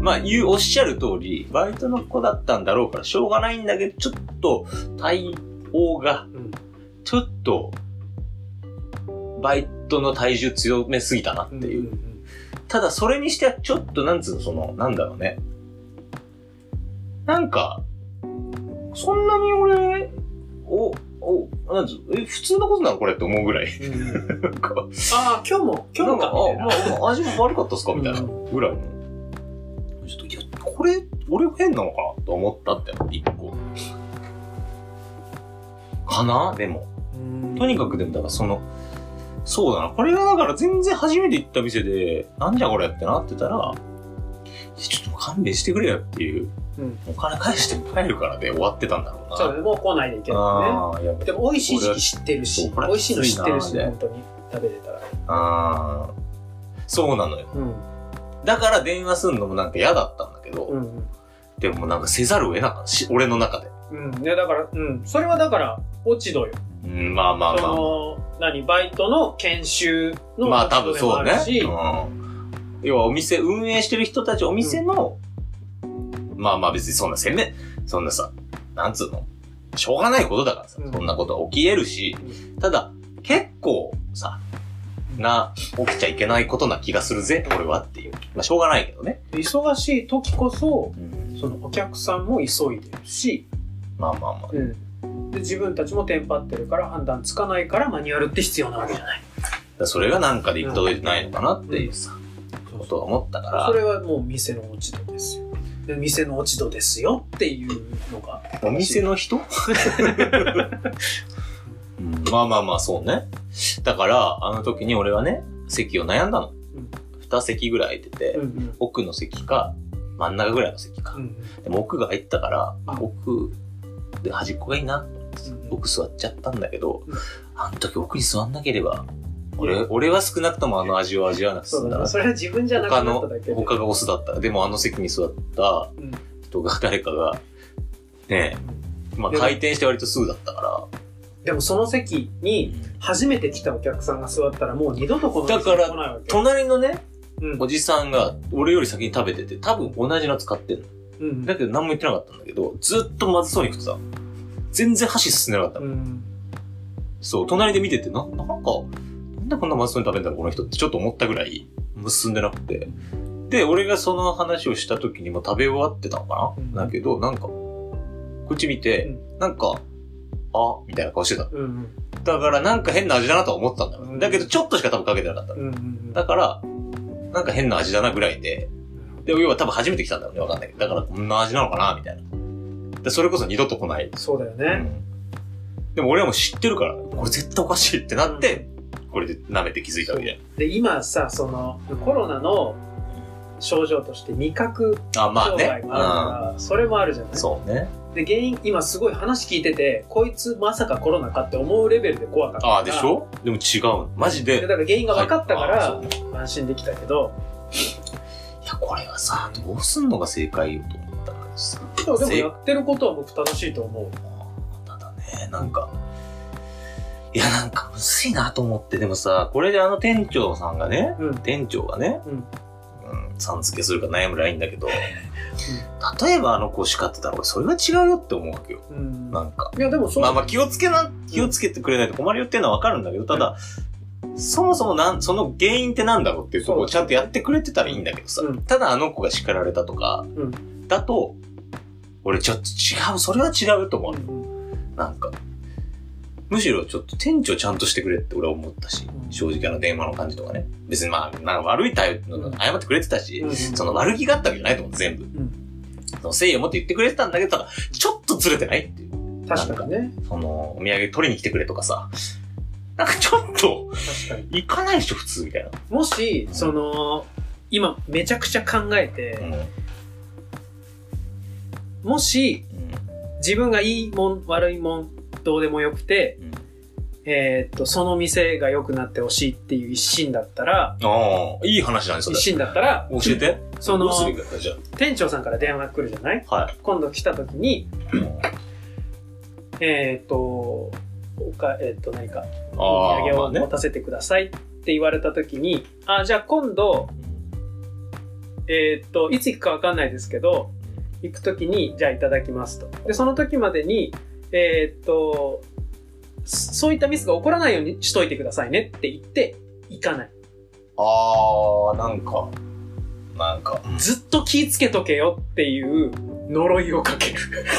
まあおっしゃる通り、バイトの子だったんだろうからしょうがないんだけど、ちょっと対応が、ちょっと、バイトの体重強めすぎたなっていう。ただそれにしてはちょっとなんつうの、なんだろうね。なんか、そんなに俺、なんつう、普通のことなのこれって思うぐらい。 ああ、今日もかみたいな。 まあ、味も悪かったっすかみたいなぐらいの。ちょっと、いや、これ、俺変なのかなと思ったって、一個。かなでも。とにかくでも、だからそうだな。これがだから全然初めて行った店で、なんじゃこれってなってたら、ちょっと勘弁してくれよっていう。お金返して帰るからで終わってたんだろうな。 そう、もう来ないでいけないね。でも美味しい時期知ってるし、美味しいの知ってるし、本当に食べれたら。 そうなのよ。だから電話すんのもなんか嫌だったんだけど、でもなんかせざるを得なかったし、俺の中で。 ね、だから、それはだから、落ち度よ。 まあまあまあ。 バイトの研修のまあ多分そうね。要は運営してる人たち、お店の、まあまあ別にそんなさ、なんつうのしょうがないことだからさ、そんなことは起き得るし、ただ、結構さ、起きちゃいけないことな気がするぜ、俺はっていう。まあしょうがないけどね。 忙しい時こそ、そのお客さんも急いでるし、 まあまあまあ。 で自分たちもテンパってるから判断つかないからマニュアルって必要なわけじゃない。 それがなんかで行き届いてないのかなっていうさ、ことは思ったから。 それはもう店の落ち度ですよ。で店の落ち度ですよっていうのが。 お店の人まあまあまあそうね。だからあの時に俺はね、席を悩んだの。2席ぐらい空いてて、奥の席か真ん中ぐらいの席か。でも奥が空いてたから、奥で端っこがいいな。奥座っちゃったんだけど、あの時奥に座んなければ、俺は少なくともあの味を味わわなくて済んだら、 それは自分じゃなくなっただけで。 他がオスだったら、でもあの席に座った人が誰かが、ねえ、まあ回転して割とすぐだったから。 でもその席に初めて来たお客さんが座ったらもう二度とこの席に来ないわけ。だから、隣のね、おじさんが俺より先に食べてて、多分同じの使ってんの。だけど何も言ってなかったんだけど、ずっとまずそうに食ってた。全然箸進んでなかったの。そう、隣で見てて、なんでこんなまずそうに食べるんだろう、この人ってちょっと思ったぐらい進んでなくて。で、俺がその話をした時にも食べ終わってたのかな、だけど、なんか、こっち見て、なんか、みたいな顔してた。だからなんか変な味だなとは思ったんだよ。だけどちょっとしか多分かけてなかった。だから、なんか変な味だなぐらいで、要は多分初めて来たんだろうね、わかんないけど。だからこんな味なのかなみたいな。でそれこそ二度と来ない。 そうだよね。 でも俺はもう知ってるから、これ絶対おかしいってなって、これで舐めて気づいたわけで。 で、今さ、コロナの症状として味覚障害もあるから、それもあるじゃない。 そうね。 で、原因、今すごい話聞いてて、こいつまさかコロナかって思うレベルで怖かったから。 でしょ？でも違う。マジで。 だから原因が分かったから、安心できたけど。 いや、これはさ、どうすんのが正解よと思ったんだけどさ。 でもやってることは僕正しいと思う。 ただね、なんかむずいなと思って、でもさ、これで店長さんがね、さん付けするか悩むラインだけど、例えば子叱ってたら俺それは違うよって思うわけよ。なんか。 いやでもそう。 まあ気をつけてくれないと困るよっていうのはわかるんだけど、ただ、そもそもその原因ってなんだろうっていうところをちゃんとやってくれてたらいいんだけどさ、ただ子が叱られたとか、だと、俺ちょっと違う、それは違うと思う。なんか。むしろちょっと店長ちゃんとしてくれって俺は思ったし、正直電話の感じとかね。別になんか悪い対応謝ってくれてたし、その悪気があったわけじゃないと思う、全部。その誠意を持って言ってくれてたんだけど、ただ、ちょっとずれてないっていう。 確かにね。 お土産取りに来てくれとかさ、なんかちょっと、行かないでしょ、普通みたいな。 もし、今めちゃくちゃ考えて、もし、自分がいいもん、悪いもん、どうでもよくて、その店が良くなってほしいっていう一心だったら、 いい話だね、それ。 一心だったら、 教えて。 店長さんから電話が来るじゃない？ はい。 今度来た時に、何か、お土産を持たせてくださいって言われた時に、じゃあ今度、 いつ行くかわかんないですけど、行くときに、じゃあいただきますと。で、その時までに、そういったミスが起こらないようにしといてくださいねって言って、行かない。 なんか、 ずっと気ぃつけとけよっていう呪いをかける。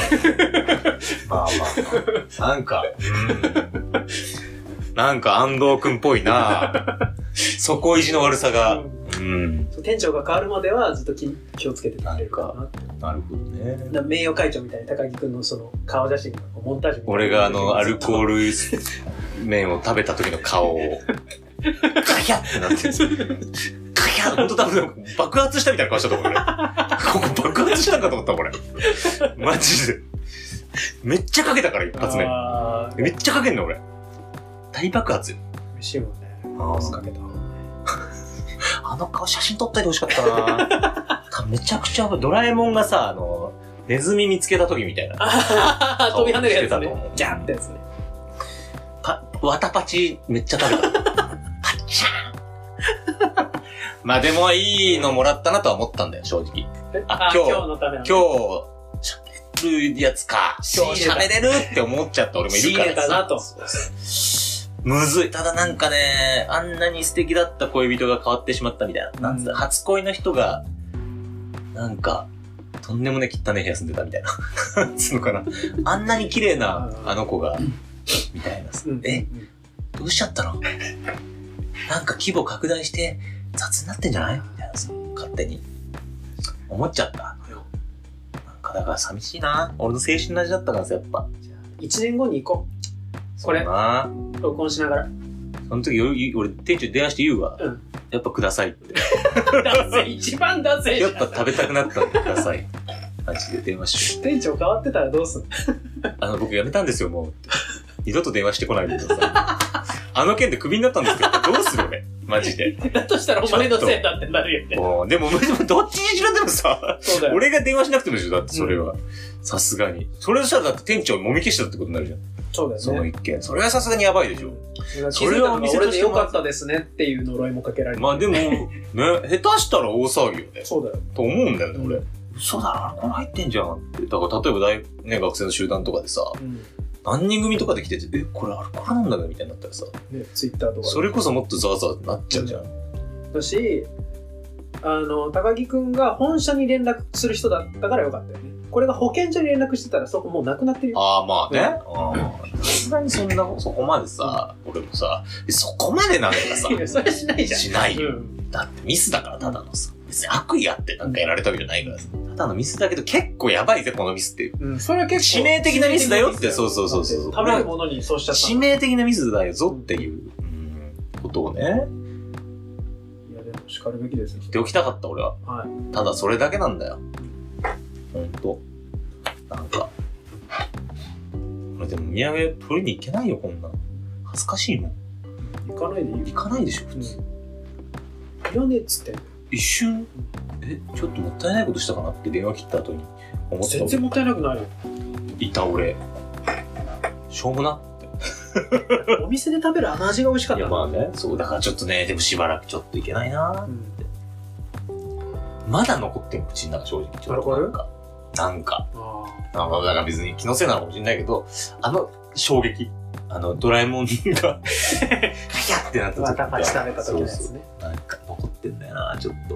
なんか安藤くんっぽいな底意地の悪さが。 店長が変わるまではずっと気をつけてくれるかなって。 なるほどね。 名誉会長みたいに高木くんのその顔写真のモンタージュみたいな。 俺がアルコール麺を食べた時の顔を、カヒャってなってる。カヒャほんと多分爆発したみたいな顔したと思う、俺。ここ爆発したんかと思った、これ。マジで。めっちゃかけたから、一発目。めっちゃかけんの、俺。大爆発よ。 美味しいもんね。かけた。 あの顔写真撮ったり欲しかったなめちゃくちゃ、ドラえもんがさ、ネズミ見つけた時みたいな。 飛び跳ねるやつね。ジャンってやつね。 わたパチめっちゃ食べた。パッチャーンまあでもいいのもらったなとは思ったんだよ、正直。 今日のための。 今日、喋るやつか。今日喋れるって思っちゃった俺もいるからさ。 仕入れたなと。 むずい。ただなんかね、あんなに素敵だった恋人が変わってしまったみたいな。なんつうの、初恋の人が、なんか、とんでもね汚ね部屋住んでたみたいな。なんつうのかな。あんなに綺麗なあの子が、みたいな。どうしちゃったの？なんか規模拡大して雑になってんじゃない？みたいなさ、勝手に。思っちゃったのよ。なんかだから寂しいな。俺の青春の味だったからさ、やっぱ。 1年後に行こう。これ、録音しながら。 その時、俺、店長に電話して言うわ。やっぱくださいって。 ダセ一番ダセやっぱ食べたくなったんでください。マジで電話して。 店長変わってたらどうすんの僕辞めたんですよ、もう。二度と電話してこないでください。あの件でクビになったんですけど、どうする俺マジで。 だとしたらお前のせいだってなるよね。 でもどっちにしろでもさ、俺が電話しなくてもいいでしょ、だってそれは。さすがに。それしたらだって店長もみ消したってことになるじゃん。 そうだよね。 その一件。それはさすがにやばいでしょ。 それはお店として良かったですねっていう呪いもかけられる。 まあでも、ね、下手したら大騒ぎよね。 そうだよ。 と思うんだよね、俺。嘘だろ、これ入ってんじゃんって。だから例えば学生の集団とかでさ、何人組とかで来てて、これアルコールなんだねみたいになったらさ、 ツイッターとか。 それこそもっとザワザワってなっちゃうじゃん。 だし、高木くんが本社に連絡する人だったからよかったよね。これが保健所に連絡してたらそこもうなくなってるよ。 まあね。さすがにそこまでさ、俺もさ、そこまでなんかさ、 それしないじゃん。 しないよ。だってミスだからただのさ、別に悪意あってなんかやられたわけじゃないからさ、ただのミスだけど結構やばいぜ、このミスっていう。 それは結構。 致命的なミスだよって、そう。 食べるものにそうしちゃった。 致命的なミスだよぞっていう、ことをね。 いや、でも叱るべきですよ。 言っておきたかった、俺は。ただそれだけなんだよ。ほんと。なんか。俺でも土産取りに行けないよ、こんな。恥ずかしいもん。 行かないでいいよ。 行かないでしょ、普通。 いらねえっつって。 一瞬、ちょっともったいないことしたかなって電話切った後に思った。 全然もったいなくないよ。 いた俺。しょうもなって。 お店で食べるあの味が美味しかった。 いやまあね、そうだからちょっとね、でもしばらくちょっといけないなーって。まだ残ってん口の中正直。ちょっとなんか。だから別に気のせいなのかもしれないけど、衝撃。ドラえもんが、カヒャってなった時わたパチ食べた時のやつね。 なんか残ってんだよな、ちょっ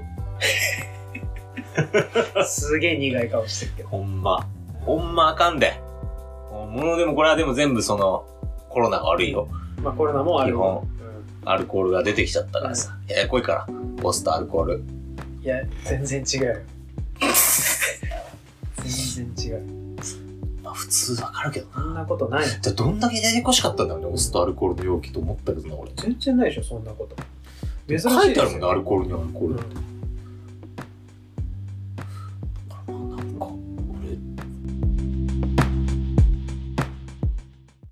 と。すげえ苦い顔してるけど。 ほんまあかんで。でもこれはでも全部コロナが悪いよ。 まあコロナもある。 基本、アルコールが出てきちゃったからさ。ややこいから、ボスとアルコール。 いや、全然違うよ。全然違う。 まあ普通わかるけどな。 そんなことない。 じゃあどんだけややこしかったんだろうね、お酢とアルコールの容器と思ったけどな、俺。 全然ないでしょ、そんなこと。 珍しい。書いてあるもんね、アルコールにアルコールって。